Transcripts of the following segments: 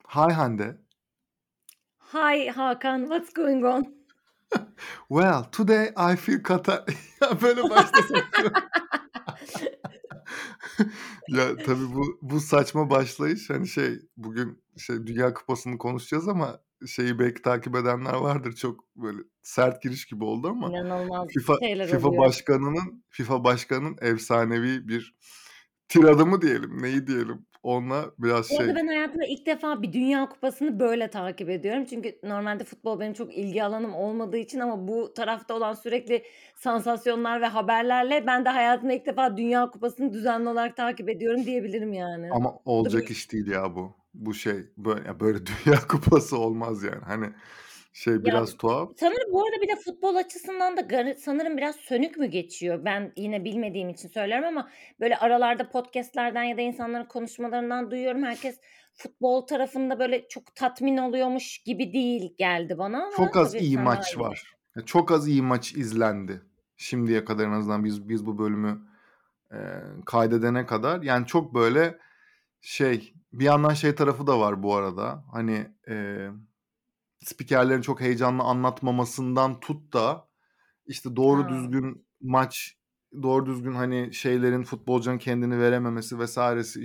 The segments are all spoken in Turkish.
Hi Hande. Hi Hakan, what's going on? Well, today I feel Qatar. Ya böyle başlasak çok. Ya tabii bu saçma başlayış hani bugün Dünya Kupası'nı konuşacağız ama şeyi belki takip edenler vardır. Çok böyle sert giriş gibi oldu ama İnanılmaz FIFA şeyler FIFA oluyor. başkanının efsanevi bir tiradı mı diyelim, neyi diyelim? Onunla biraz Bu arada ben hayatımda ilk defa bir Dünya Kupası'nı böyle takip ediyorum. Çünkü normalde futbol benim çok ilgi alanım olmadığı için ama bu tarafta olan sürekli sansasyonlar ve haberlerle ben de hayatımda ilk defa Dünya Kupası'nı düzenli olarak takip ediyorum diyebilirim yani. ama Bu da olacak bir iş değil ya bu. Bu böyle Dünya Kupası olmaz yani. Hani ya biraz tuhaf. sanırım bu arada bir de futbol açısından da sanırım biraz sönük mü geçiyor? Ben yine bilmediğim için söylüyorum ama böyle aralarda podcast'lerden ya da insanların konuşmalarından duyuyorum. Herkes futbol tarafında böyle çok tatmin oluyormuş gibi değil geldi bana ama Çok az tabii iyi sen daha maç iyi bilirsin. var. Çok az iyi maç izlendi. Şimdiye kadar en azından biz bu bölümü kaydedene kadar. Yani çok böyle bir yandan tarafı da var bu arada. Hani spikerlerin çok heyecanlı anlatmamasından tut da işte A! doğru düzgün hani futbolcunun kendini verememesi vesairesi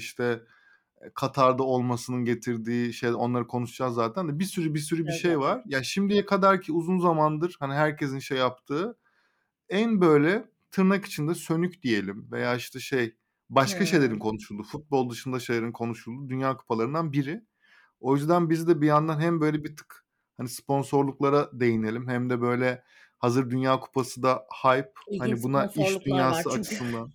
Katar'da olmasının getirdiği onları konuşacağız zaten de bir sürü bir Evet, şey evet. var. Ya şimdiye kadar ki uzun zamandır hani herkesin yaptığı en böyle tırnak içinde sönük diyelim veya başka şeylerin Hımm. konuşulduğu, futbol dışında şeylerin konuşulduğu Dünya Kupalarından biri. O yüzden biz de bir yandan hem böyle bir tık hani sponsorluklara değinelim hem de böyle hazır Dünya Kupası da hype İlginç hani buna iş sponsorluklar var dünyası çünkü. açısından.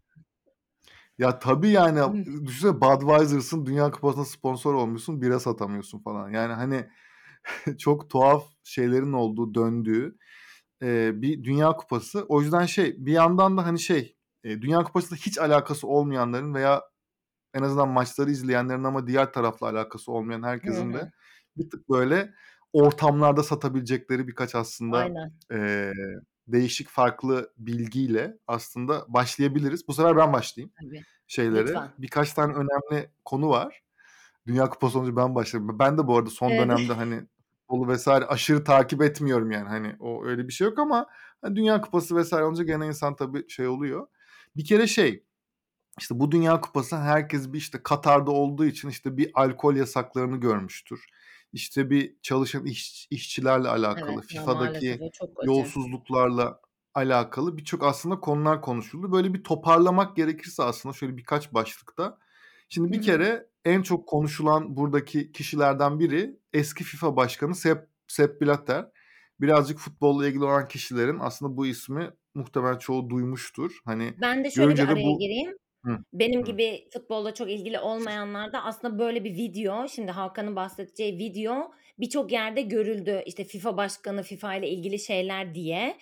Ya tabii yani düşünsene Budweiser'sın Dünya Kupası'na sponsor olmuşsun bira satamıyorsun falan. Yani hani çok tuhaf şeylerin olduğu döndüğü bir Dünya Kupası. O yüzden bir yandan da hani Dünya Kupası'yla hiç alakası olmayanların veya en azından maçları izleyenlerin ama diğer tarafla alakası olmayan Hı herkesin de hı. bir tık böyle ortamlarda satabilecekleri birkaç aslında Aynen. eee, değişik farklı bilgiyle aslında başlayabiliriz. Bu sefer ben başlayayım Tabii. şeylere. Lütfen. Birkaç tane önemli konu var. Dünya Kupası olunca ben başlarım. Ben de bu arada son Evet. dönemde hani futbolu vesaire aşırı takip etmiyorum yani hani o öyle bir şey yok ama hani Dünya Kupası vesaire olunca gene insan tabii oluyor. Bir kere işte bu Dünya Kupası herkes bir Katar'da olduğu için bir alkol yasaklarını görmüştür. İşte bir çalışan işçilerle Evet, alakalı, ya maalesef FIFA'daki o çok kötü. yolsuzluklarla alakalı birçok aslında konular konuşuldu. Böyle bir toparlamak gerekirse aslında şöyle birkaç başlıkta. Şimdi Hı bir hı. kere en çok konuşulan buradaki kişilerden biri eski FIFA Başkanı Sepp Blatter. Birazcık futbolla ilgili olan kişilerin aslında bu ismi muhtemelen çoğu duymuştur. Hani Ben de şöyle görünce bir de araya bu. gireyim. Hı, Benim hı. gibi futbolla çok ilgili olmayanlar da aslında böyle bir video, şimdi Hakan'ın bahsedeceği video birçok yerde görüldü. İşte FIFA başkanı, FIFA ile ilgili şeyler diye.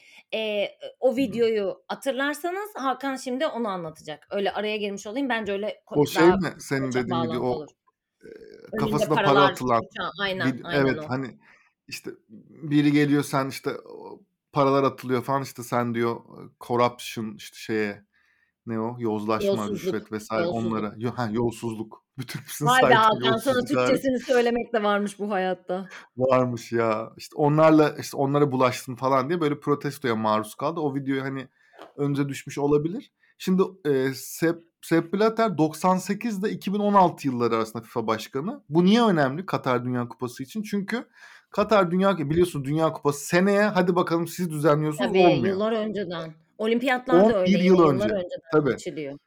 O Hı hı. videoyu hatırlarsanız Hakan şimdi onu anlatacak. Öyle araya girmiş olayım. Bence öyle O daha mi senin dediğin video? bağlantı olur. Önünde Kafasına para paralar atılan uçan aynen, aynen evet, o. hani, biri geliyor sen, paralar atılıyor falan, sen diyor, corruption, ne o? Yozlaşma, Yolsuzluk, rüşvet vesaire yolsuzluk. onlara yolsuzluk. Bütün hepsini Vay be saydım Hakan, sana yolsuzluk hariç. Türkçesini söylemek de varmış bu hayatta. Varmış ya. Onlara bulaştın falan diye böyle protestoya maruz kaldı. O videoyu hani önce düşmüş olabilir. Şimdi Sepp Blatter 98 ile 2016 yılları arasında FIFA başkanı. Bu niye önemli Katar Dünya Kupası için? Çünkü biliyorsun Dünya Kupası seneye hadi bakalım siz düzenliyorsunuz Tabii, olmuyor. yıllar önceden. Olimpiyatlar da öyle 11 yine yıl yıllar önce. önceden Tabii. seçiliyor.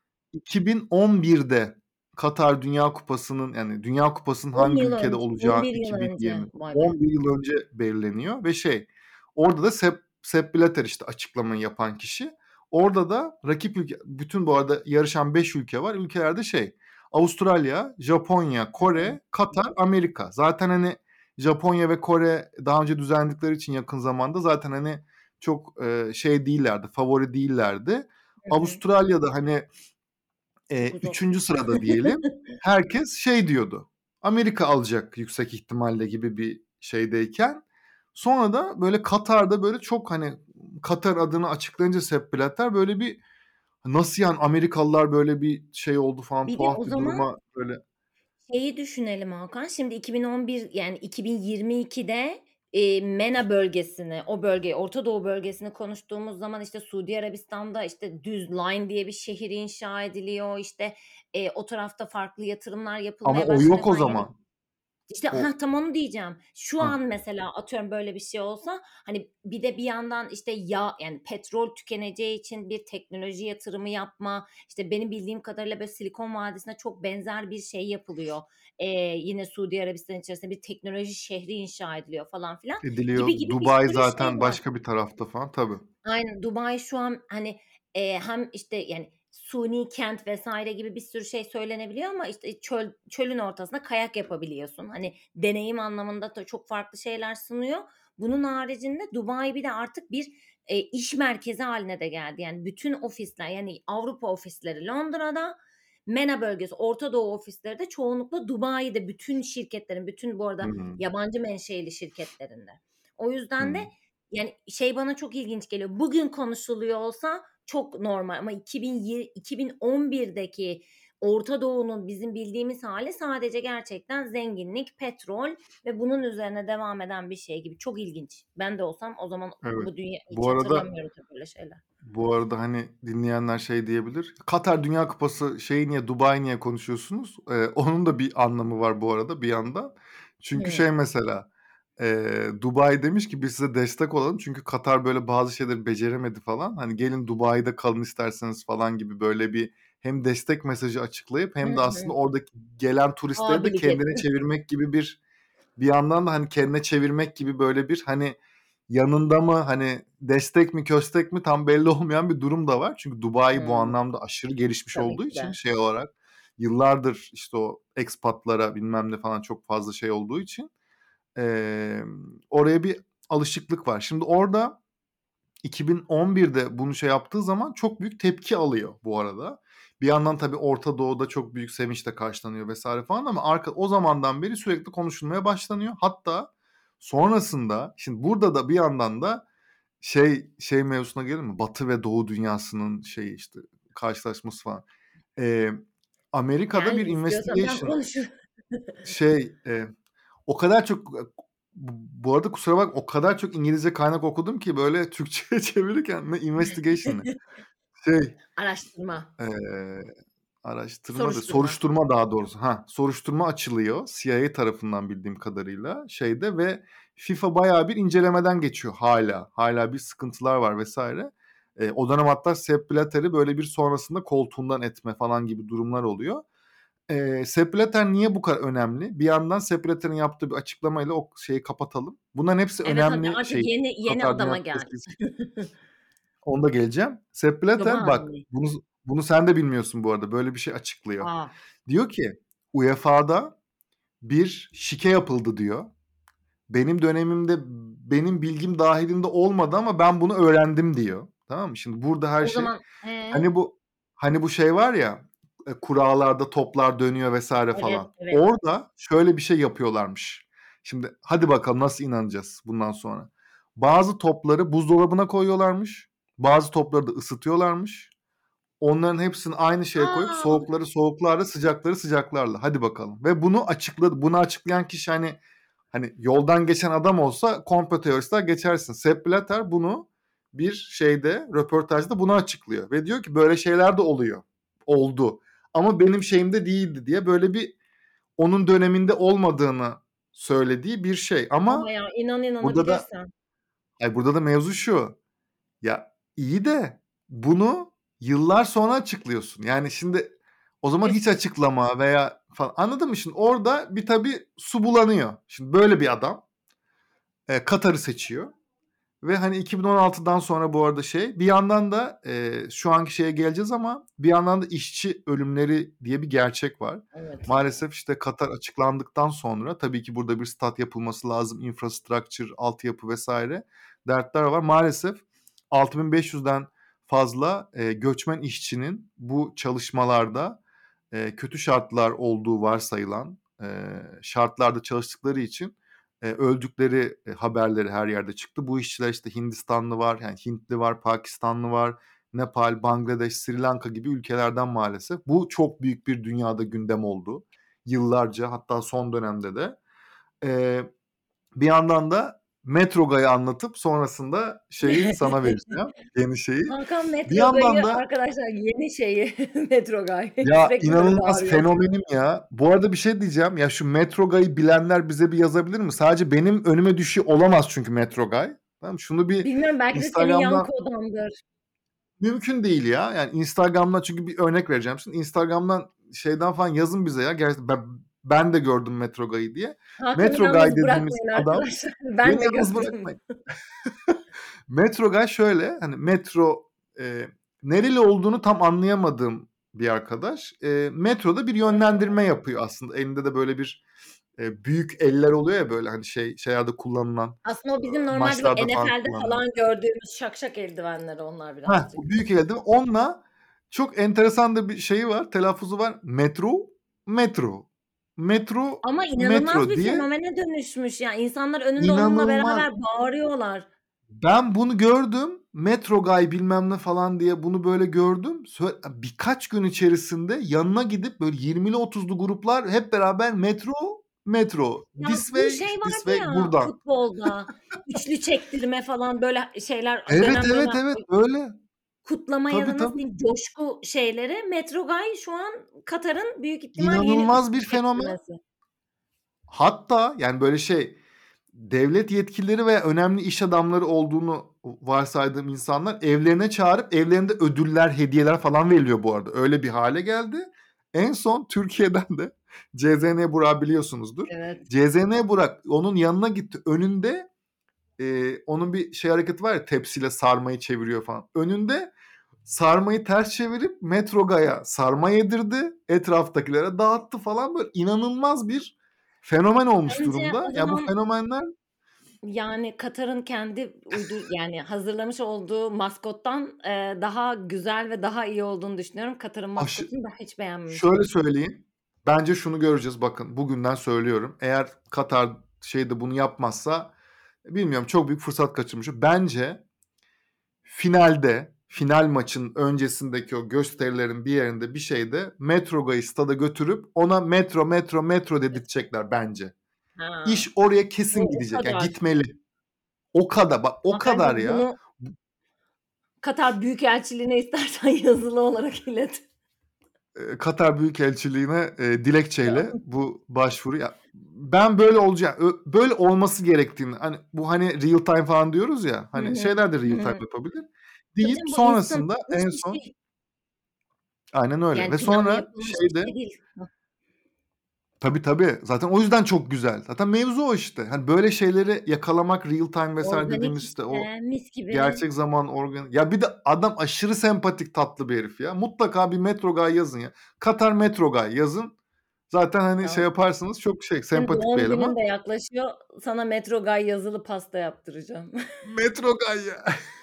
2011'de Katar Dünya Kupası'nın yani Dünya Kupası'nın 10 hangi yıl ülkede önce, olacağı 11 yıl önce. 2020 Vay be! 11 yıl önce belirleniyor ve orada da Sepp Blatter açıklamayı yapan kişi. Orada da rakip ülke bütün bu arada yarışan 5 ülke var. Ülkelerde Avustralya, Japonya, Hı hı. Kore, Katar, Amerika. Zaten hani Japonya ve Kore daha önce düzenledikleri için yakın zamanda zaten hani çok değillerdi, favori değillerdi. Hı hı. Avustralya'da hani Çok uzak. 3. sırada diyelim. Herkes diyordu. Amerika alacak yüksek ihtimalle gibi bir şeydeyken sonra da böyle Katar'da böyle çok hani Katar adını açıklayınca Sepp Blatter böyle bir nasıl yani Amerikalılar böyle bir oldu falan Bir de tuhaf o bir zaman duruma böyle. Şeyi düşünelim Hakan, şimdi 2011 yani 2022'de, MENA bölgesini, o bölgeyi, Orta Doğu bölgesini konuştuğumuz zaman, işte, Suudi Arabistan'da, işte, Düz Line diye bir şehir inşa ediliyor. İşte, o tarafta farklı yatırımlar Ama yapılmaya o başlanıyor yok o falan. Yani zaman. işte, O tam onu diyeceğim. Şu Hah. an mesela atıyorum böyle bir şey olsa, hani, bir de bir yandan, işte, yani petrol tükeneceği için bir teknoloji yatırımı yapma, işte, benim bildiğim kadarıyla böyle Silikon Vadisi'ne çok benzer bir şey yapılıyor. Yine Suudi Arabistan içerisinde bir teknoloji şehri inşa ediliyor falan filan Ediliyor. gibi gibi bir Dubai sürü şey zaten var. başka bir tarafta falan. Tabii. Aynen, Dubai şu an, hani, hem, işte, yani, suni kent vs. gibi bir sürü şey söylenebiliyor ama, işte, çölün ortasında kayak yapabiliyorsun. Hani, deneyim anlamında da çok farklı şeyler sunuyor. Bunun haricinde Dubai bir de artık bir, iş merkezi hâline de geldi. Yani, bütün ofisler, yani, Avrupa ofisleri Londra'da, MENA bölgesi, Orta Doğu ofisleri de çoğunlukla Dubai'de bütün şirketlerin, bütün bu arada Hımm. yabancı menşeli şirketlerinde. O yüzden de Hımm. yani, şey bana çok ilginç geliyor. Bugün konuşuluyor olsa çok normal ama 2011'deki Orta Doğu'nun bizim bildiğimiz hâli sadece gerçekten zenginlik, petrol ve bunun üzerine devam eden bir şey gibi. Çok ilginç. Ben de olsam o zaman Evet. bu dünya hiç Bu arada hatırlamıyorum tabii öyle şeyler. hani, dinleyenler şey diyebilir, "Katar Dünya Kupası şeyi niye, Dubai niye konuşuyorsunuz?" Onun da bir anlamı var bu arada bir yandan. Çünkü Hıı. şey mesela, Dubai demiş ki, "Biz size destek olalım çünkü Katar böyle bazı şeyleri beceremedi falan. Hani, gelin Dubai'de kalın isterseniz." falan gibi böyle bir hem destek mesajı açıklayıp Hı hem de aslında hı. oradaki gelen turistleri de Abilik kendine etti. çevirmek gibi bir yandan da, hani, kendine çevirmek gibi böyle bir, hani, yanında mı, hani, destek mi köstek mi tam belli olmayan bir durum da var. Çünkü Dubai bu Hımm. anlamda aşırı gelişmiş Tabii olduğu ki için de. şey olarak yıllardır, işte, o expat'lara bilmem ne falan çok fazla şey olduğu için, oraya bir alışıklık var. Şimdi orada 2011'de bunu şey yaptığı zaman çok büyük tepki alıyor bu arada. Bir yandan tabii Orta Doğu'da çok büyük sevinçle karşılanıyor vs. falan ama o zamandan beri sürekli konuşulmaya başlanıyor. Hatta sonrasında şimdi burada da bir yandan da şey mevzusuna gelelim mi? Batı ve Doğu dünyasının şeyi, işte, karşılaşması falan. Eee, Amerika'da Gel bir istiyorsan ben investigation konuşurum. şey, o kadar çok bu arada kusura bakma o kadar çok İngilizce kaynak okudum ki böyle Türkçe'ye çevirirken ne investigation ne şey, Araştırma, eee, araştırma da soruşturma. soruşturma daha doğrusu. Soruşturma açılıyor CIA tarafından bildiğim kadarıyla şeyde ve FIFA bayağı bir incelemeden geçiyor hâlâ. Hâlâ bir sıkıntılar var vs. O dönem hatta Sepp Blatter'i böyle bir sonrasında koltuğundan etme falan gibi durumlar oluyor. Sepp Blatter niye bu kadar önemli? Bir yandan Sepp Blatter'in yaptığı bir açıklamayla o şeyi kapatalım. Bunların hepsi Evet, hadi önemli artık şey. yeni Katar Dünya adama gel. Kupası için. Ona geleceğim. Sepp Blatter bak Yabani. bunu sen de bilmiyorsun bu arada. Böyle bir şey açıklıyor. A! Diyor ki UEFA'da bir şike yapıldı diyor. Benim dönemimde benim bilgim dahilinde olmadı ama ben bunu öğrendim diyor. Tamam mı? Şimdi burada her O şey zaman hani bu şey var ya kurallarda toplar dönüyor vesaire evet, falan. evet. Orada şöyle bir şey yapıyorlarmış. Şimdi hadi bakalım nasıl inanacağız bundan sonra. Bazı topları buzdolabına koyuyorlarmış. Bazı topları da ısıtıyorlarmış. Onların hepsini aynı şeye koyup A! soğukları soğuklarla, sıcakları sıcaklarla. Hadi bakalım. Ve bunu açıkladı. Bunu açıklayan kişi hani yoldan geçen adam olsa komplo teoristler geçersin. Sepp Blatter bunu bir şeyde röportajda bunu açıklıyor ve diyor ki böyle şeyler de oluyor. Oldu. Ama benim şeyimde değildi diye böyle bir onun döneminde olmadığını söylediği bir şey. Ama Ama ya burada da inanabilirsen. burada da mevzu şu. Ya iyi de bunu yıllar sonra açıklıyorsun. Yani şimdi o zaman hiç Üf, açıklama veya falan anladın mı? Şimdi orada bir tabii su bulanıyor. Şimdi böyle bir adam Katar'ı seçiyor. Ve hani 2016'dan sonra bu arada bir yandan da şu anki şeye geleceğiz ama bir yandan da işçi ölümleri diye bir gerçek var. evet ya. Maalesef işte Katar açıklandıktan sonra tabii ki burada bir stat yapılması lazım, infrastructure, altyapı vesaire dertler var. Maalesef 6500'den fazla göçmen işçinin bu çalışmalarda kötü şartlar olduğu varsayılan şartlarda çalıştıkları için öldükleri haberleri her yerde çıktı. Bu işçiler işte Hindistanlı var, yani Hintli var, Pakistanlı var, Nepal, Bangladeş, Sri Lanka gibi ülkelerden maalesef. Bu çok büyük bir dünyada gündem oldu. yıllarca, hatta son dönemde de. Bir yandan da Metroga'yı anlatıp sonrasında şeyi sana vereceğim, yeni şeyi. Hakan Bir yandan Metrogay'ı da arkadaşlar yeni şeyi Metrogay. ya Sürekli böyle inanılmaz bağırıyor. fenomenim ya. Bu arada bir şey diyeceğim. Ya şu Metrogay'ı bilenler bize bir yazabilir mi? Sadece benim önüme düşüyor olamaz çünkü Metrogay. Tamam, şunu bir Bilmiyorum, belki de senin yan Instagram'dan kodandır. mümkün değil ya. Yani Instagram'dan, çünkü bir örnek vereceğim şimdi. Instagram'dan şeyden falan yazın bize ya. Gerçekten ben de gördüm Metrogay'ı diye. Hakan'ı Metrogay yalnız dediğimiz bırakmayın adam, arkadaşlar. Ben beni de yalnız gördüm. bırakmayın. Metrogay şöyle, hani metro nereli olduğunu tam anlayamadığım bir arkadaş. Metroda bir yönlendirme yapıyor aslında. Elinde de böyle bir büyük eller oluyor ya, böyle hani şeylerde kullanılan, Aslında o bizim normalde bir maçlarda falan NFL'de kullanılan. falan gördüğümüz şak şak eldivenleri onlar Heh, birazcık. bu büyük eldiven. Onunla çok enteresan da bir şeyi var, telaffuzu var. Metro, Ama inanılmaz metro bir diye, fenomene dönüşmüş ya. İnsanlar önünde onunla inanılmaz. beraber bağırıyorlar. Ben bunu gördüm. Metrogay bilmem ne falan diye bunu böyle gördüm. Birkaç gün içerisinde yanına gidip böyle 20'li 30'lu gruplar hep beraber metro, Ya this bu way, şey this vardı way, ya buradan. futbolda, üçlü çektirme falan böyle şeyler Evet, dönem evet, dönem evet, öyle. kutlama ya Tabii, da nasıl tabii. diyeyim coşku şeyleri. Metrogay şu an Katar'ın büyük ihtimal yeni İnanılmaz üçlü bir fenomen. çektirmesi. Hatta yani böyle devlet yetkilileri ve önemli iş adamları olduğunu varsaydığım insanlar evlerine çağırıp evlerinde ödüller, hediyeler falan veriliyor bu arada. Öyle bir hale geldi. En son Türkiye'den de CZN Burak biliyorsunuzdur. Evet. CZN Burak onun yanına gitti. Önünde onun bir hareketi var ya, tepsiyle sarmayı çeviriyor falan. Önünde sarmayı ters çevirip Metrogay'a sarma yedirdi. Etraftakilere dağıttı falan, böyle inanılmaz bir fenomen olmuş Bence durumda. o Ya bu zaman fenomenler yani Katar'ın kendi yani hazırlamış olduğu maskottan daha güzel ve daha iyi olduğunu düşünüyorum. Katar'ın aşı maskotunu da hiç şöyle beğenmemiştim. söyleyeyim. Bence şunu göreceğiz, bakın. Bugünden söylüyorum. Eğer Katar bunu yapmazsa, bilmiyorum, çok büyük fırsat kaçırmış. Bence final maçın öncesindeki o gösterilerin bir yerinde, bir şeyde Metroga'yı stada götürüp ona metro dedirtecekler bence. Ha. İş oraya kesin O gidecek. Yani kadar. gitmeli. O kadar. Bak, o Ama bence kadar ya. bunu Katar Büyükelçiliğine istersen yazılı olarak ilet. Katar Büyükelçiliğine dilekçeyle bu başvuru. Ya, ben böyle olacak, böyle olması gerektiğini, hani bu hani real time falan diyoruz ya, Hı hani hı. şeyler de Hı real time hı. yapabilir Tabii deyip canım bu sonrasında instantlanmış en bir son, şey. aynen öyle, Yani ve planlı sonra yapılmış bir şey değil. Hah. tabii zaten o yüzden çok güzel. Zaten mevzu o işte. Hani böyle şeyleri yakalamak, real time vesaire Organik dediğimiz işte o işte, mis gibi. gerçek zaman ya bir de adam aşırı sempatik, tatlı bir herif ya. Mutlaka bir Metrogay yazın ya. Katar Metrogay yazın. Zaten hani Tamam. yaparsınız, çok Senin sempatik bir doğum günün eleman. de yaklaşıyor. Sana Metrogay yazılı pasta yaptıracağım. Metrogay ya.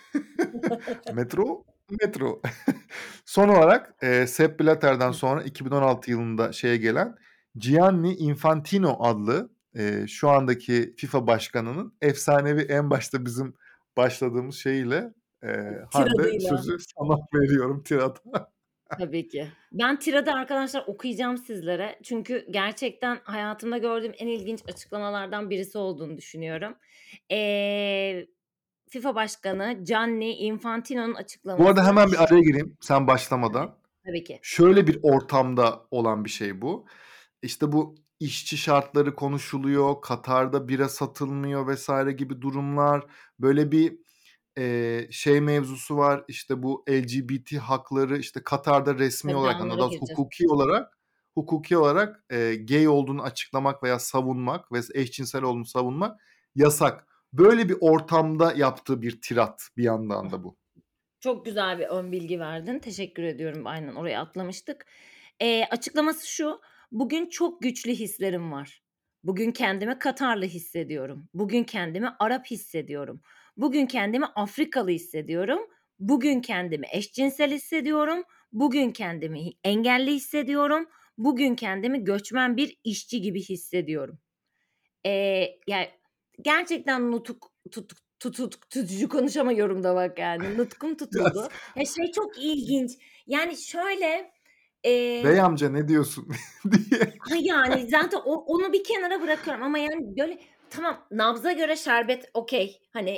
Metro. Son olarak Sepp Blatter'dan sonra 2016 yılında gelen Gianni Infantino adlı şu andaki FIFA başkanının efsanevi, en başta bizim başladığımız şeyiyle Hande, Tiradıyla. sözü sana veriyorum, tirada. Tabii ki. Ben tiradı arkadaşlar okuyacağım sizlere. Çünkü gerçekten hayatımda gördüğüm en ilginç açıklamalardan birisi olduğunu düşünüyorum. Eee, FIFA Başkanı Gianni Infantino'nun Bu arada açıklaması hemen bir şu. araya gireyim sen Tabii, başlamadan. tabii ki. Şöyle bir ortamda olan bir şey bu. İşte bu işçi şartları konuşuluyor, Katar'da bira satılmıyor vesaire gibi durumlar. Böyle bir mevzusu var. İşte bu LGBT hakları, işte Katar'da resmi Tabii daha olarak, hani onlara daha doğrusu gireceğiz. hukuki olarak gay olduğunu açıklamak veya savunmak ve eşcinsel olduğunu savunmak yasak. Böyle bir ortamda yaptığı bir tirat bir yandan da bu. Çok güzel bir ön bilgi verdin. Teşekkür ediyorum. Aynen oraya atlamıştık. Açıklaması şu: "Bugün çok güçlü hislerim var. Bugün kendimi Katarlı hissediyorum. Bugün kendimi Arap hissediyorum. Bugün kendimi Afrikalı hissediyorum. Bugün kendimi eşcinsel hissediyorum. Bugün kendimi engelli hissediyorum. Bugün kendimi göçmen bir işçi gibi hissediyorum." Yani, gerçekten tutucu konuşamıyorum da bak yani. Nutkum Ya, tutuldu. Ya, şey çok ilginç, yani, şöyle, Bey amca ne diyorsun diye. Ha, yani zaten onu bir kenara bırakıyorum ama yani böyle tamam, nabza göre şerbet okay. Hani,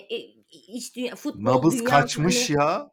futbol Nabız dünya kaçmış hani ya.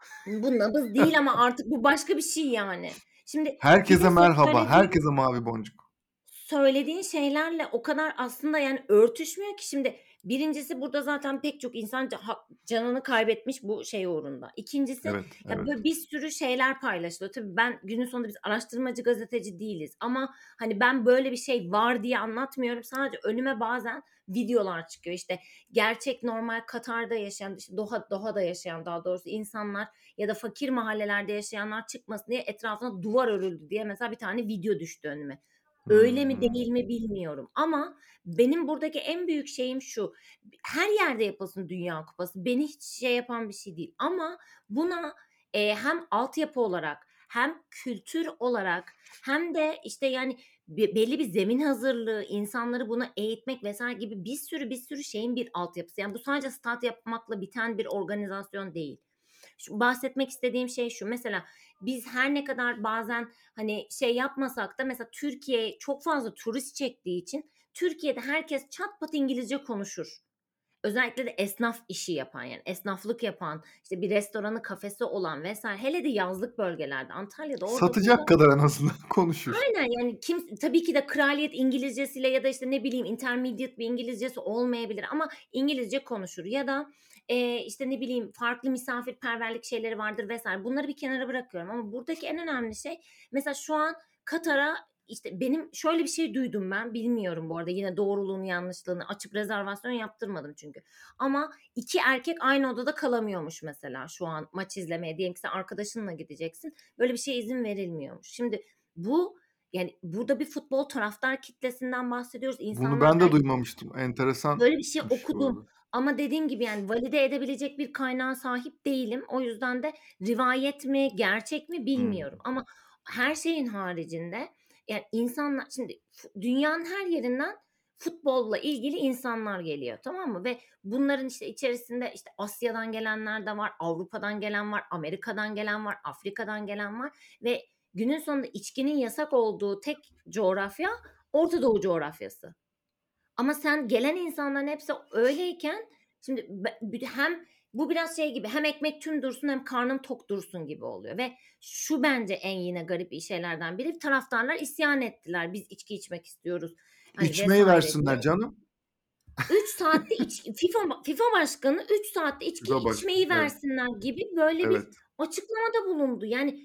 bu nabız değil ama artık bu başka bir şey yani. Şimdi bir de Herkese merhaba, söylediğin herkese mavi boncuk. Söylediğin şeylerle o kadar aslında, yani, örtüşmüyor ki şimdi birincisi burada zaten pek çok insan canını kaybetmiş bu şey uğrunda. İkincisi Evet, ya, evet. böyle bir sürü şeyler paylaşılıyor. Tabii ben günün sonunda biz araştırmacı gazeteci değiliz ama, hani, ben böyle bir şey var diye anlatmıyorum. Sadece önüme bazen videolar çıkıyor. İşte, gerçek normal Katar'da yaşayan, işte, Doha'da yaşayan daha doğrusu insanlar ya da fakir mahallelerde yaşayanlar çıkmasın diye etrafına duvar örüldü diye mesela bir tane video düştü önüme. Öyle mi Hımm. değil mi bilmiyorum ama benim buradaki en büyük şeyim şu: her yerde yapılsın Dünya Kupası. Beni hiç şey yapan bir şey değil ama buna, hem altyapı olarak hem kültür olarak hem de, işte, yani, belli bir zemin hazırlığı, insanları buna eğitmek vs. gibi bir sürü şeyin bir altyapısı. Yani, bu sadece stat yapmakla biten bir organizasyon değil. Bahsetmek istediğim şey şu: mesela biz her ne kadar bazen, hani, şey yapmasak da mesela Türkiye çok fazla turist çektiği için Türkiye'de herkes çat pat İngilizce konuşur. Özellikle de esnaf işi yapan, yani esnaflık yapan, işte bir restoranı, kafesi olan vs. hele de yazlık bölgelerde, Antalya'da, orada Satacak burada. kadar en azından konuşur. Aynen, yani tabii ki de kraliyet İngilizcesiyle ya da, işte, ne bileyim, intermediate bir İngilizcesi olmayabilir ama İngilizce konuşur ya da, işte, ne bileyim, farklı misafirperverlik şeyleri vardır vs. Bunları bir kenara bırakıyorum ama buradaki en önemli şey mesela şu an Katar'a, işte, benim şöyle bir şey duydum ben, bilmiyorum bu arada yine doğruluğunu yanlışlığını, açıp rezervasyon yaptırmadım çünkü ama 2 erkek aynı odada kalamıyormuş mesela şu an maç izlemeye. Diyelim ki sen arkadaşınla gideceksin. Böyle bir şeye izin verilmiyormuş. Şimdi bu yani, burada bir futbol taraftar kitlesinden bahsediyoruz. Bunu İnsanlar ben de belki duymamıştım. böyle bir şey Enteresanmış bu okudum arada. ama dediğim gibi, yani, valide edebilecek bir kaynağa sahip değilim. O yüzden de rivayet mi, gerçek mi Hımm. bilmiyorum ama her şeyin haricinde, yani, insanlar şimdi dünyanın her yerinden futbolla ilgili insanlar geliyor, tamam mı? Ve bunların, işte, içerisinde, işte, Asya'dan gelenler de var, Avrupa'dan gelen var, Amerika'dan gelen var, Afrika'dan gelen var ve günün sonunda içkinin yasak olduğu tek coğrafya Orta Doğu coğrafyası. Ama sen gelen insanların hepsi öyleyken şimdi hem bu biraz şey gibi hem ekmek tüm dursun hem karnın tok dursun gibi oluyor ve şu bence en yine garip şeylerden biri, taraftarlar isyan ettiler. Biz içki içmek istiyoruz, hani, İçmeyi vs. diye. versinler canım. 3 saatte FIFA başkanı 3 saatte içki FIFA başkanı. içmeyi Evet, versinler gibi böyle bir evet. açıklamada bulundu. Yani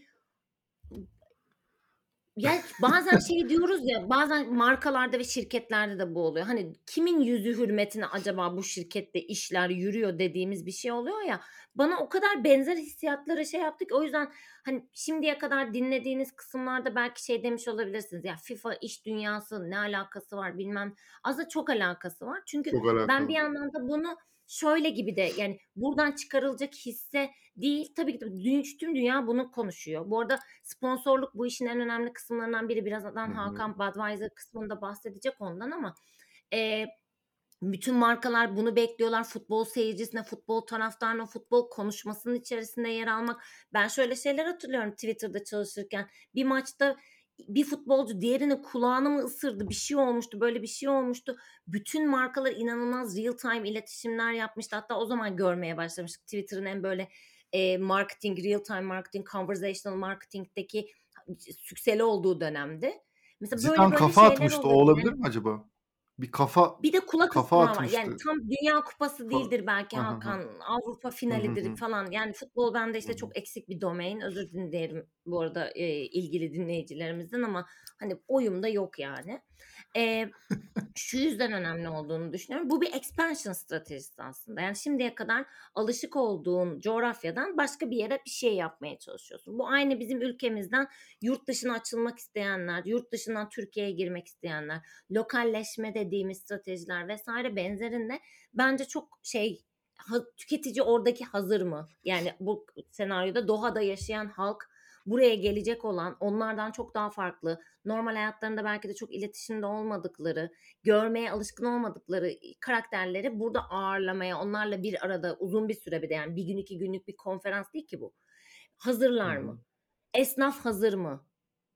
ya, bazen şey diyoruz ya, bazen markalarda ve şirketlerde de bu oluyor. Hani, kimin yüzü hürmetine acaba bu şirkette işler yürüyor dediğimiz bir şey oluyor ya, bana o kadar benzer hissiyatları şey yaptı ki o yüzden, hani, şimdiye kadar dinlediğiniz kısımlarda belki şey demiş olabilirsiniz, "Ya, FIFA iş dünyası, ne alakası var?" bilmem. Aslında çok alakası var. Çünkü Çok ben bir alakalı. yandan da bunu şöyle gibi de, yani, buradan çıkarılacak hisse değil, tabii ki de tüm dünya bunu konuşuyor. Bu arada sponsorluk bu işin en önemli kısımlarından biri. Birazdan Hı hı. Hakan Budweiser kısmında bahsedecek ondan ama, eee, bütün markalar bunu bekliyorlar. Futbol seyircisine, futbol taraftarına, futbol konuşmasının içerisinde yer almak. Ben şöyle şeyler hatırlıyorum Twitter'da çalışırken. Bir maçta bir futbolcu diğerinin kulağını mı ısırdı, bir şey olmuştu, böyle bir şey olmuştu. Bütün markalar inanılmaz real time iletişimler yapmıştı. Hatta o zaman görmeye başlamıştık Twitter'ın en böyle, marketing, real time marketing, conversational marketing'deki sükseli olduğu dönemdi. Mesela böyle Zidane böyle kafa şeyler atmıştı. O oluyordu. olabilir Yani mi acaba? Bir kafa bir de kulak kafa ısırma var. Yani atmıştı. tam Dünya Kupası Fa değildir belki Hı hı hı. Hakan, Avrupa Hı hı finalidir hı. falan. Yani futbol bende, Hı işte, hı. çok eksik bir domain. Özür dilerim bu arada, ilgili dinleyicilerimizden ama, hani, oyum da yok yani. Eee Şu yüzden önemli olduğunu düşünüyorum. Bu bir expansion stratejisi aslında. Yani şimdiye kadar alışık olduğun coğrafyadan başka bir yere bir şey yapmaya çalışıyorsun. Bu aynı bizim ülkemizden yurt dışına açılmak isteyenler, yurt dışından Türkiye'ye girmek isteyenler, lokalleşme dediğimiz stratejiler vesaire benzerinde bence çok şey tüketici oradaki hazır mı? Yani bu senaryoda Doha'da yaşayan halk buraya gelecek olan, onlardan çok daha farklı, normal hayatlarında belki de çok iletişimde olmadıkları, görmeye alışkın olmadıkları karakterleri burada ağırlamaya, onlarla bir arada uzun bir süre bir de yani 1 gün 2 günlük bir konferans değil ki bu. Hı Hazırlar hı. mı? Esnaf hazır mı?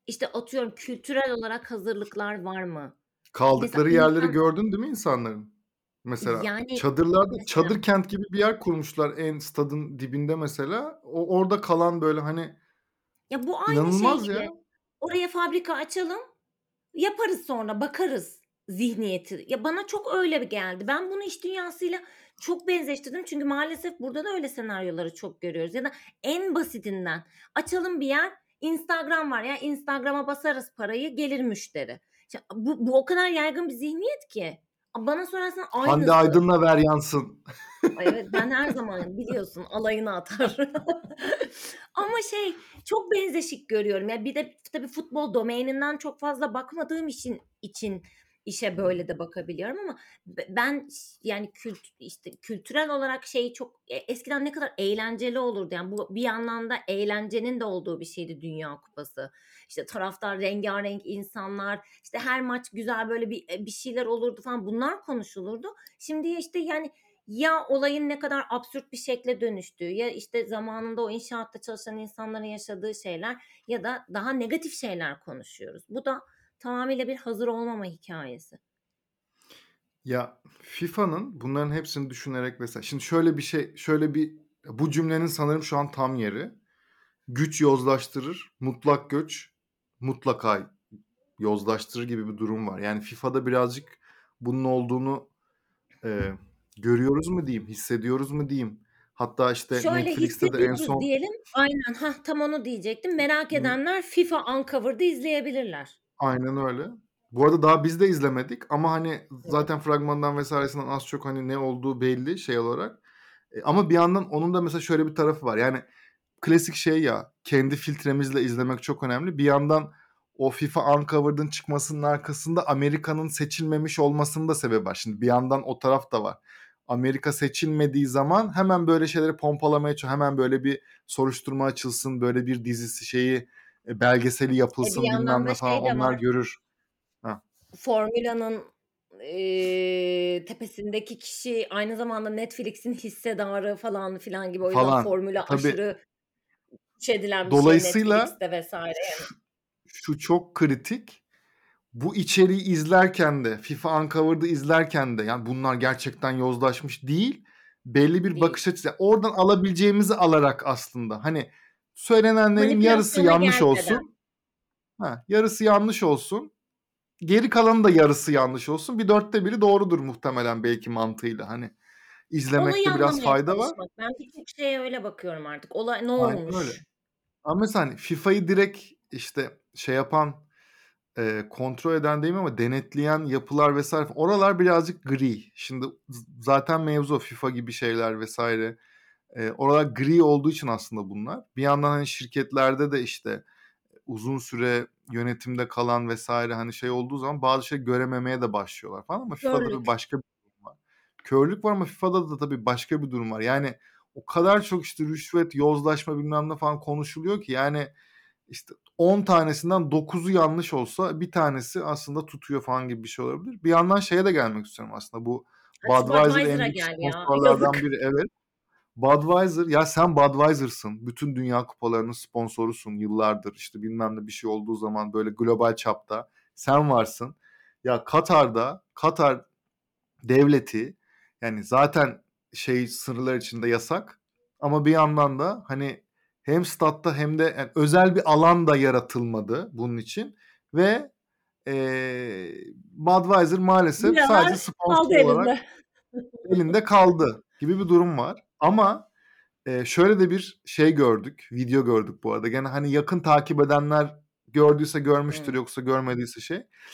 İşte, atıyorum kültürel olarak hazırlıklar var mı? Mesela Kaldıkları yerleri insan gördün değil mi insanların? Mesela yani çadırlarda mesela çadır kent gibi bir yer kurmuşlar en stadın dibinde mesela. Orada kalan böyle, hani, ya, bu aynı şey inanılmaz ya. gibi. Oraya fabrika açalım, yaparız sonra, bakarız zihniyeti. Ya, bana çok öyle bir geldi. Ben bunu iş dünyasıyla çok benzeştirdim. Çünkü maalesef burada da öyle senaryoları çok görüyoruz. Ya da en basitinden açalım bir yer, Instagram var. Ya, Instagram'a basarız parayı, gelir müşteri. Bu o kadar yaygın bir zihniyet ki. Bana sorarsan Hande aynısı. Aydın'la ver yansın. Ay, evet, ben her zaman biliyorsun alayını atar. Ama çok benzeşik görüyorum. Ya, bir de tabii futbol domaininden çok fazla bakmadığım için işe böyle de bakabiliyorum ama ben yani işte, kültürel olarak çok eskiden ne kadar eğlenceli olurdu. Yani, bu bir yandan da eğlencenin de olduğu bir şeydi Dünya Kupası. İşte, taraftar rengârenk insanlar, işte, her maç güzel, böyle, bir şeyler olurdu falan. Bunlar konuşulurdu. Şimdi, işte, yani, ya olayın ne kadar absürt bir şekle dönüştüğü ya, işte, zamanında o inşaatta çalışan insanların yaşadığı şeyler ya da daha negatif şeyler konuşuyoruz. Bu da tamamıyla bir hazır olmama hikâyesi. Ya, FIFA'nın bunların hepsini düşünerek mesela şimdi şöyle bir bu cümlenin sanırım şu an tam yeri. Güç yozlaştırır, mutlak göç mutlaka yozlaştırır gibi bir durum var. Yani FIFA'da birazcık bunun olduğunu, eee, görüyoruz mu diyeyim, hissediyoruz mu diyeyim. Hatta, işte, Şöyle Netflix'te de en hissediyoruz son. diyelim. Aynen, tam onu diyecektim. Merak edenler FIFA Uncovered'ı izleyebilirler. Aynen öyle. Bu arada daha biz de izlemedik ama, hani, Evet. zaten fragmandan vs.sinden az çok, hani, ne olduğu belli şey olarak. Ama bir yandan onun da mesela şöyle bir tarafı var. Yani klasik şey ya, kendi filtremizle izlemek çok önemli. Bir yandan o FIFA Uncovered'ın çıkmasının arkasında Amerika'nın seçilmemiş olmasının da sebebi var. Şimdi bir yandan o taraf da var. Amerika seçilmediği zaman hemen böyle şeyleri pompalamaya hemen böyle bir soruşturma açılsın, böyle bir dizisi belgeseli Bir yapılsın yandan bilmem da ne falan de onlar var. görür. Hah, Formula'nın, tepesindeki kişi aynı zamanda Netflix'in hissedarı falan filan gibi. O yüzden falan. Formula Tabii aşırı push edilen bir şey dolayısıyla Netflix'te vs. şu çok kritik. Bu içeriği izlerken de, FIFA Uncovered'ı izlerken de yani bunlar gerçekten yozlaşmış değil. Belli bir Değil. bakış açısı. Yani oradan alabileceğimizi alarak aslında hani söylenenlerin yarısı Manipülasyona yanlış gelmeden. olsun. Yarısı yanlış olsun. Geri kalanı da yarısı yanlış olsun. Bir dörtte biri doğrudur muhtemelen belki mantığıyla. Hani izlemekte Olayı biraz anlamaya fayda var. çalışmak. Ben birçok şeye öyle bakıyorum artık. Olay ne Aynen öyle. olmuş? Ama mesela hani FIFA'yı direkt işte yapan kontrol eden demeyeyim ama denetleyen yapılar vesaire oralar birazcık gri. Şimdi zaten mevzu FIFA gibi şeyler vesaire. Oralar gri olduğu için aslında bunlar. Bir yandan hani şirketlerde de işte uzun süre yönetimde kalan vesaire hani olduğu zaman bazı şey görememeye de başlıyorlar falan ama FIFA'da bir Körlük. başka bir durum var. Körlük var ama FIFA'da da tabii başka bir durum var. Yani o kadar çok işte rüşvet, yozlaşma bilmem ne falan konuşuluyor ki yani işte 10 tanesinden 9'u yanlış olsa bir tanesi aslında tutuyor falan gibi bir şey olabilir. Bir yandan de gelmek istiyorum aslında. Bu Hadi şu Budweiser en Budweiser'a büyük gel ya. sponsorlardan Yazık. biri. Evet. Budweiser ya sen Budweiser'sın. Bütün dünya kupalarının sponsorusun yıllardır. İşte bilmem ne bir şey olduğu zaman böyle global çapta sen varsın. Ya Katar devleti yani zaten sınırlar içinde yasak ama bir yandan da hani hem statta hem de yani özel bir alan da yaratılmadı bunun için ve Budweiser maalesef sadece Biralar sponsor kaldı olarak elinde. elinde kaldı gibi bir durum var. Ama şöyle de bir gördük, video gördük bu arada. Gene hani yakın takip edenler gördüyse görmüştür Hımm. yoksa görmediyse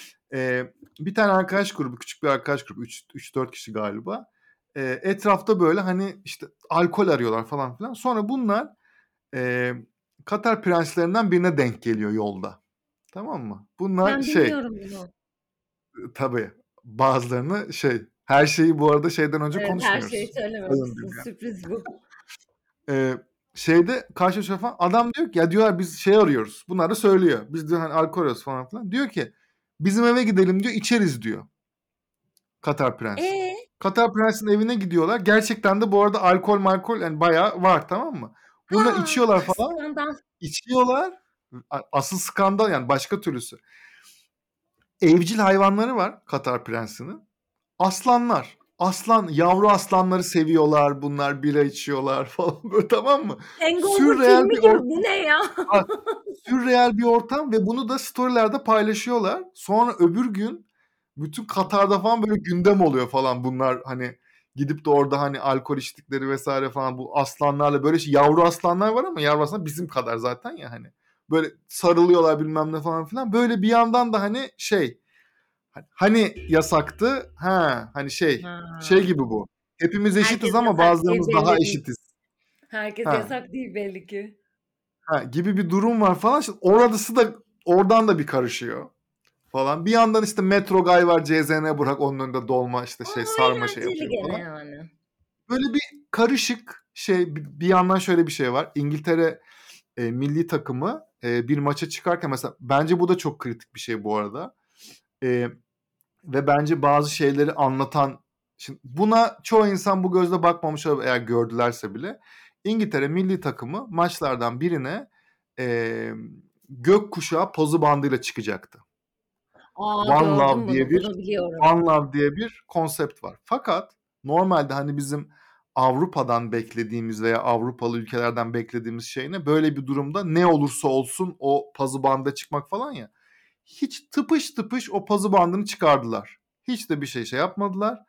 bir tane arkadaş grubu, küçük bir arkadaş grubu, 3-4 kişi galiba. Etrafta böyle hani işte alkol arıyorlar falan filan. Sonra bunlar Katar prenslerinden birine denk geliyor yolda. Tamam mı? Bunlar Ben bilmiyorum bunu. tabii bazılarını her şeyi bu arada şeyden önce Evet, her şeyi konuşmuyoruz. Sayın söylememişsin. dinleyen. Sürpriz bu. Karşılaşıyor falan. Adam diyor ki ya diyorlar biz arıyoruz. Bunlar da söylüyor. Biz diyor hani alkol arıyoruz falan filan. Diyor ki bizim eve gidelim diyor içeriz diyor. Katar Prensi. E? Katar Prensi'nin evine gidiyorlar. Gerçekten de bu arada alkol yani bayağı var tamam mı? Bunlar içiyorlar falan. Skandal. İçiyorlar. Asıl skandal yani başka türlüsü. Evcil hayvanları var Katar prensinin. Aslanlar. Yavru aslanları seviyorlar. Bunlar bira içiyorlar falan böyle, tamam mı? Hangover Sürreal filmi bir gibi, ortam. bu ne ya? Sürreal bir ortam ve bunu da storylerde paylaşıyorlar. Sonra öbür gün bütün Katar'da falan böyle gündem oluyor falan, bunlar hani gidip de orada hani alkol içtikleri vesaire falan, bu aslanlarla böyle yavru aslanlar var ama yavru aslan bizim kadar zaten ya, hani böyle sarılıyorlar bilmem ne falan filan. Böyle bir yandan da hani hani yasaktı, hani şey Ha. gibi bu. Hepimiz eşitiz Herkes ama yasak değil, bazılarımız daha belli değil. eşitiz. Herkes Ha, yasak değil belli ki. gibi bir durum var falan. İşte orası da oradan da bir karışıyor falan. Bir yandan işte Metro Guy var, CZN Burak, onun önünde dolma işte Aa, sarma eğlenceli yapıyor gene falan. yani. Böyle bir karışık bir yandan şöyle bir şey var. İngiltere milli takımı bir maça çıkarken mesela, bence bu da çok kritik bir şey bu arada. E, Ve bence bazı şeyleri anlatan, şimdi buna çoğu insan bu gözle bakmamış olabilir eğer gördülerse bile. İngiltere milli takımı maçlardan birine e, gökkuşağı pozu bandıyla çıkacaktı. Aa, One Love gördüm diye bunu. bir Bunu biliyorum. One Love diye bir konsept var. Fakat normalde hani bizim Avrupa'dan beklediğimiz veya Avrupalı ülkelerden beklediğimiz şey ne? Böyle bir durumda ne olursa olsun o pazı bandı çıkmak falan ya. Hiç tıpış tıpış o pazı bandını çıkardılar. Hiç de bir şey yapmadılar.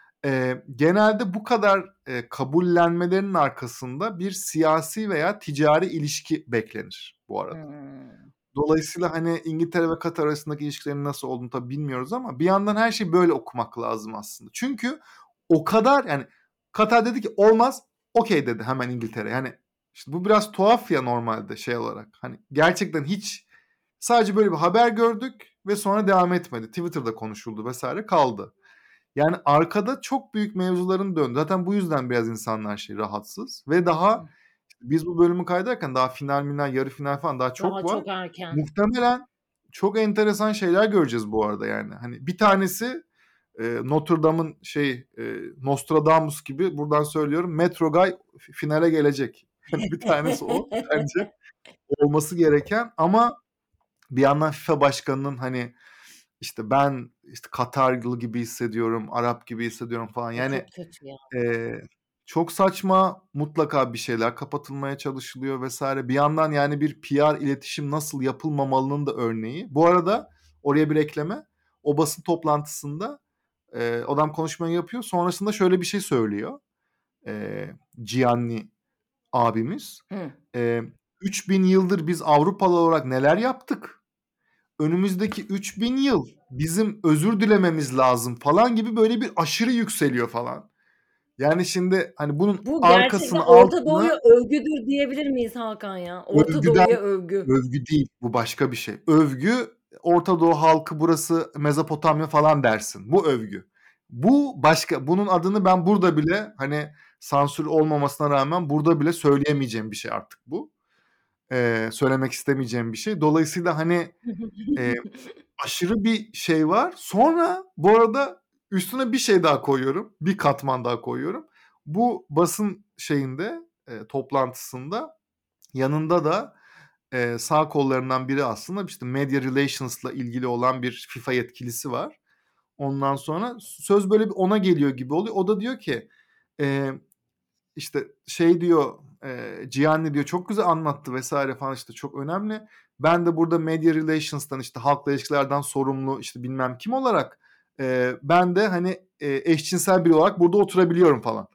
Genelde bu kadar kabullenmelerinin arkasında bir siyasi veya ticari ilişki beklenir bu arada. Hmm. Dolayısıyla hani İngiltere ve Katar arasındaki ilişkilerin nasıl olduğunu tabii bilmiyoruz ama bir yandan her şeyi böyle okumak lazım aslında. Çünkü o kadar yani Katar dedi ki olmaz, okey dedi hemen İngiltere. Yani işte bu biraz tuhaf ya normalde şey olarak. Hani gerçekten hiç, sadece böyle bir haber gördük ve sonra devam etmedi. Twitter'da konuşuldu vesaire, kaldı. Yani arkada çok büyük mevzuların döndü. Zaten bu yüzden biraz insanlar rahatsız ve daha biz bu bölümü kaydederken daha final, yarı final falan daha çok Daha var. çok erken. Muhtemelen çok enteresan şeyler göreceğiz bu arada yani. Hani bir tanesi Notre Dame'ın Nostradamus gibi, buradan söylüyorum, Metro Guy finale gelecek. Yani bir tanesi o bence olması gereken, ama bir yandan FIFA başkanının hani işte ben işte Katarlı gibi hissediyorum, Arap gibi hissediyorum falan. O Yani çok kötü ya. Eee, çok saçma, mutlaka bir şeyler kapatılmaya çalışılıyor vesaire. Bir yandan yani bir PR iletişim nasıl yapılmamalının da örneği. Bu arada oraya bir ekleme. O basın toplantısında adam konuşmayı yapıyor. Sonrasında şöyle bir şey söylüyor. Gianni abimiz. Hı. Eee 3000 yıldır biz Avrupalı olarak neler yaptık? Önümüzdeki 3000 yıl bizim özür dilememiz lazım falan gibi böyle bir aşırı yükseliyor falan. Yani şimdi hani bunun Bu gerçekten arkasını Orta altını, Doğu'ya övgüdür diyebilir miyiz Hakan ya? Orta övgüden, Doğu'ya övgü. övgü değil, bu başka bir şey. Övgü, Orta Doğu halkı burası Mezopotamya falan dersin. Bu övgü. Bu başka. Bunun adını ben burada bile hani sansür olmamasına rağmen burada bile söyleyemeyeceğim bir şey artık bu. Söylemek istemeyeceğim bir şey. Dolayısıyla hani e, aşırı bir şey var. Sonra bu arada üstüne bir şey daha koyuyorum. Bir katman daha koyuyorum. Bu basın toplantısında yanında da sağ kollarından biri aslında işte Media Relations'la ilgili olan bir FIFA yetkilisi var. Ondan sonra söz böyle bir ona geliyor gibi oluyor. O da diyor ki e, işte diyor, Gianni diyor çok güzel anlattı vesaire falan, işte çok önemli. Ben de burada Media Relations'tan, işte halkla ilişkilerden sorumlu işte bilmem kim olarak ben de hani eşcinsel biri olarak burada oturabiliyorum falan.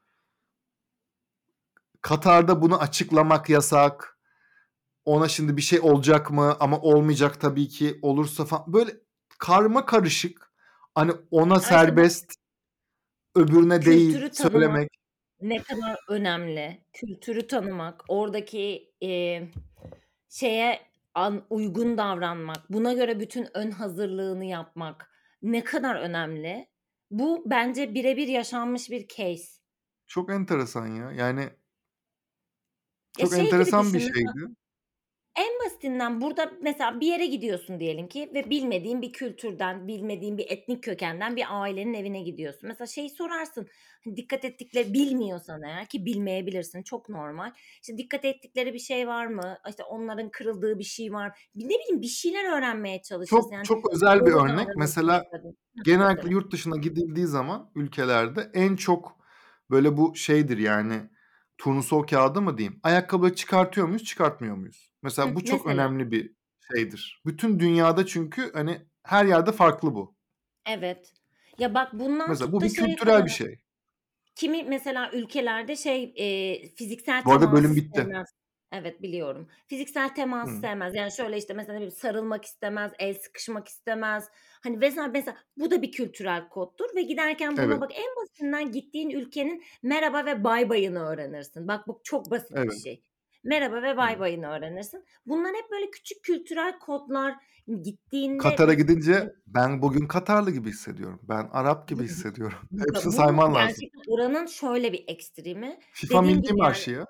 Katar'da bunu açıklamak yasak. Ona şimdi bir şey olacak mı? Ama olmayacak tabii ki. Olursa falan. Böyle karma karışık. Hani ona Ya işte bak, serbest, öbürüne değil kültürü tanımak söylemek. ne kadar önemli. Kültürü tanımak, oradaki şeye uygun davranmak, buna göre bütün ön hazırlığını yapmak ne kadar önemli. Bu bence birebir yaşanmış bir case. Çok enteresan ya. Yani Ya çok şey gibi enteresan bir düşün mesela, şeydi. En basitinden burada mesela bir yere gidiyorsun diyelim ki ve bilmediğin bir kültürden, bilmediğin bir etnik kökenden bir ailenin evine gidiyorsun. Mesela şeyi sorarsın, hani, dikkat ettikleri bilmiyorsan eğer ki bilmeyebilirsin, çok normal. İşte, dikkat ettikleri bir şey var mı? İşte, onların kırıldığı bir şey var. Ne bileyim, bir şeyler öğrenmeye çalışırsın. Çok Yani, çok özel bir doğru örnek. davranılsın Mesela istedin. genellikle Mesela. yurt dışına gidildiği zaman ülkelerde en çok böyle bu şeydir yani turnusol kağıdı mı diyeyim? Ayakkabıyı çıkartıyor muyuz, çıkartmıyor muyuz? Mesela bu çok Mesela. önemli bir şeydir. Bütün dünyada çünkü hani her yerde farklı bu. Evet. Ya, bak bundan Mesela tut bu da bir şeye kültürel bir kadar. şey. Kimi mesela ülkelerde şey, fiziksel Bu arada teması bölüm bitti. sevmez. Evet, biliyorum. Fiziksel teması Hı. sevmez. Yani, şöyle, işte, mesela, ne bileyim, sarılmak istemez, el sıkışmak istemez. Hani, mesela bu da bir kültürel koddur ve giderken buna Evet, bak. En basitinden gittiğin ülkenin merhaba ve bay bayını öğrenirsin. Bak, bu çok basit bir evet, şey. Merhaba ve bay evet. bayını öğrenirsin. Bunlar hep böyle küçük kültürel kodlar. Gittiğinde Katar'a bir gidince ben bugün Katarlı gibi hissediyorum. Ben Arap gibi hissediyorum. Hepsini bu sayman lazım. gerçekten oranın şöyle bir ekstremi. FIFA Dediğin milli gibi, yani, marşı ya.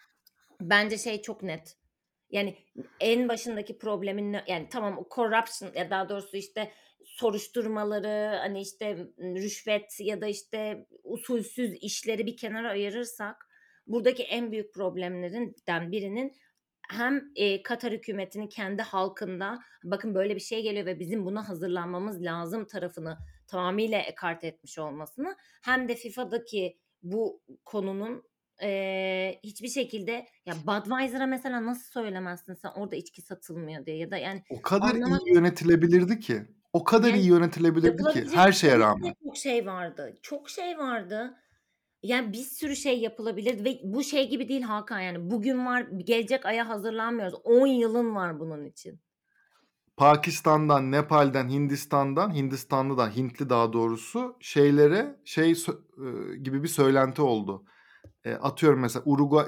bence şey çok net. Yani en başındaki problemin yani tamam o corruption ya daha doğrusu, işte, soruşturmaları, hani, işte, rüşvet ya da, işte, usulsüz işleri bir kenara ayırırsak buradaki en büyük problemlerinden birinin hem, Katar hükümetinin kendi halkında bakın böyle bir şey geliyor ve bizim buna hazırlanmamız lazım tarafını tamamıyla ekarte etmiş olmasını hem de FIFA'daki bu konunun, hiçbir şekilde ya Budweiser'a mesela nasıl söylemezsin sen orada içki satılmıyor diye ya da yani O kadar iyi anlamak yönetilebilirdi ki. O kadar iyi yani yönetilebilirdi ki yapılabilecek her şeye tabii ki de rağmen. çok şey vardı. Çok şey vardı. Yani bir sürü şey yapılabilirdi ve bu şey gibi değil Hakan yani bugün var, gelecek aya hazırlanmıyoruz. 10 yılın var bunun için. Pakistan'dan, Nepal'den, Hindistan'dan, Hindistanlı'dan, Hintli daha doğrusu şeylere gibi bir söylenti oldu. Atıyorum mesela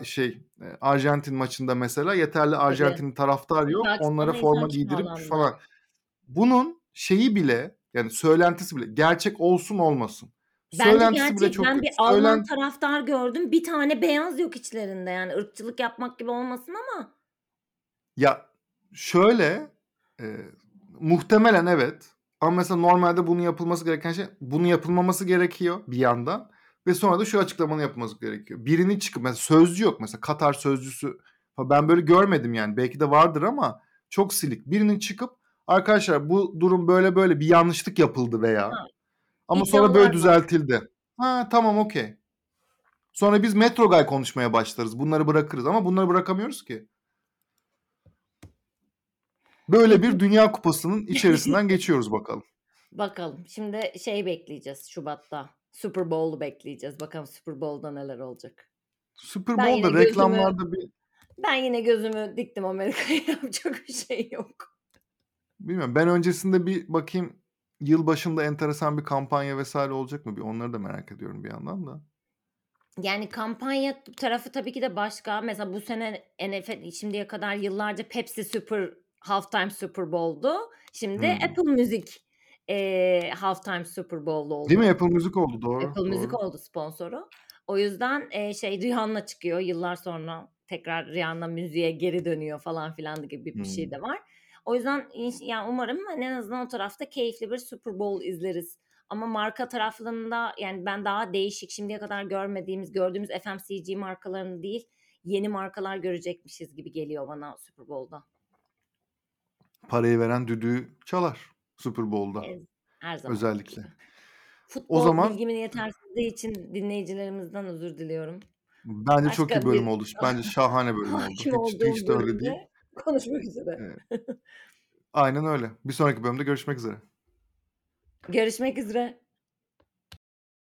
Arjantin maçında mesela yeterli Tabii. Arjantin taraftar yok. Onlara Pakistan'da insan forma giydirip kiraladılar. falan. Bunun şeyi bile yani söylentisi bile gerçek olsun olmasın. Bence Söylentisi bile gerçek. çok Ben kötü. bir Alman taraftar gördüm. Bir tane beyaz yok içlerinde yani ırkçılık yapmak gibi olmasın ama. Ya, şöyle, eee, muhtemelen evet ama mesela normalde bunun yapılması gereken şey, bunun yapılmaması gerekiyor bir yandan ve sonra da şu açıklamanın yapılması gerekiyor. Birinin çıkıp mesela sözcü yok mesela Katar sözcüsü ben böyle görmedim yani belki de vardır ama çok silik. Birinin çıkıp arkadaşlar bu durum böyle böyle bir yanlışlık yapıldı veya Ha, ama sonra iddialar böyle var. düzeltildi. Ha tamam okay. Sonra biz Metrogay konuşmaya başlarız. Bunları bırakırız ama bunları bırakamıyoruz ki. Böyle bir Dünya Kupası'nın içerisinden geçiyoruz bakalım. Bakalım. Şimdi şey bekleyeceğiz şubatta. Super Bowl'u bekleyeceğiz. Bakalım Super Bowl'da neler olacak. Super Ben Bowl'da yine gözümü reklamlarda bir ben yine gözümü diktim Amerika'ya. Yapacak bir şey yok. bilmiyorum ben öncesinde bir bakayım yılbaşında enteresan bir kampanya vesaire olacak mı? Bir onları da merak ediyorum bir yandan da. Yani kampanya tarafı tabii ki de başka. Mesela bu sene NFL şimdiye kadar yıllarca Pepsi Halftime Super Bowl'du. Şimdi Hımm. Apple Music, Halftime Super Bowl Değil mi? oldu. Apple Müzik oldu. Doğru, Apple Music doğru. oldu sponsoru. O yüzden, Rihanna çıkıyor. Yıllar sonra tekrar Rihanna müziğe geri dönüyor falan filan gibi bir şey Hımm. de var. O yüzden yani umarım, hani, en azından o tarafta keyifli bir Super Bowl izleriz. Ama marka taraflarında, yani, ben daha değişik, şimdiye kadar gördüğümüz FMCG markalarını değil, yeni markalar görecekmişiz gibi geliyor bana Super Bowl'da. Parayı veren düdüğü çalar Super Bowl'da Her zamanki özellikle. gibi. O Futbol zaman bilgimin yetersizliği için dinleyicilerimizden özür diliyorum. bence çok iyi Başka bölüm bir oldu. Bence şahane bölüm oldu. hâkim Hiç olduğum de öyle değil. bölümde konuşmak üzere. Aynen öyle. Bir sonraki bölümde görüşmek üzere. Görüşmek üzere.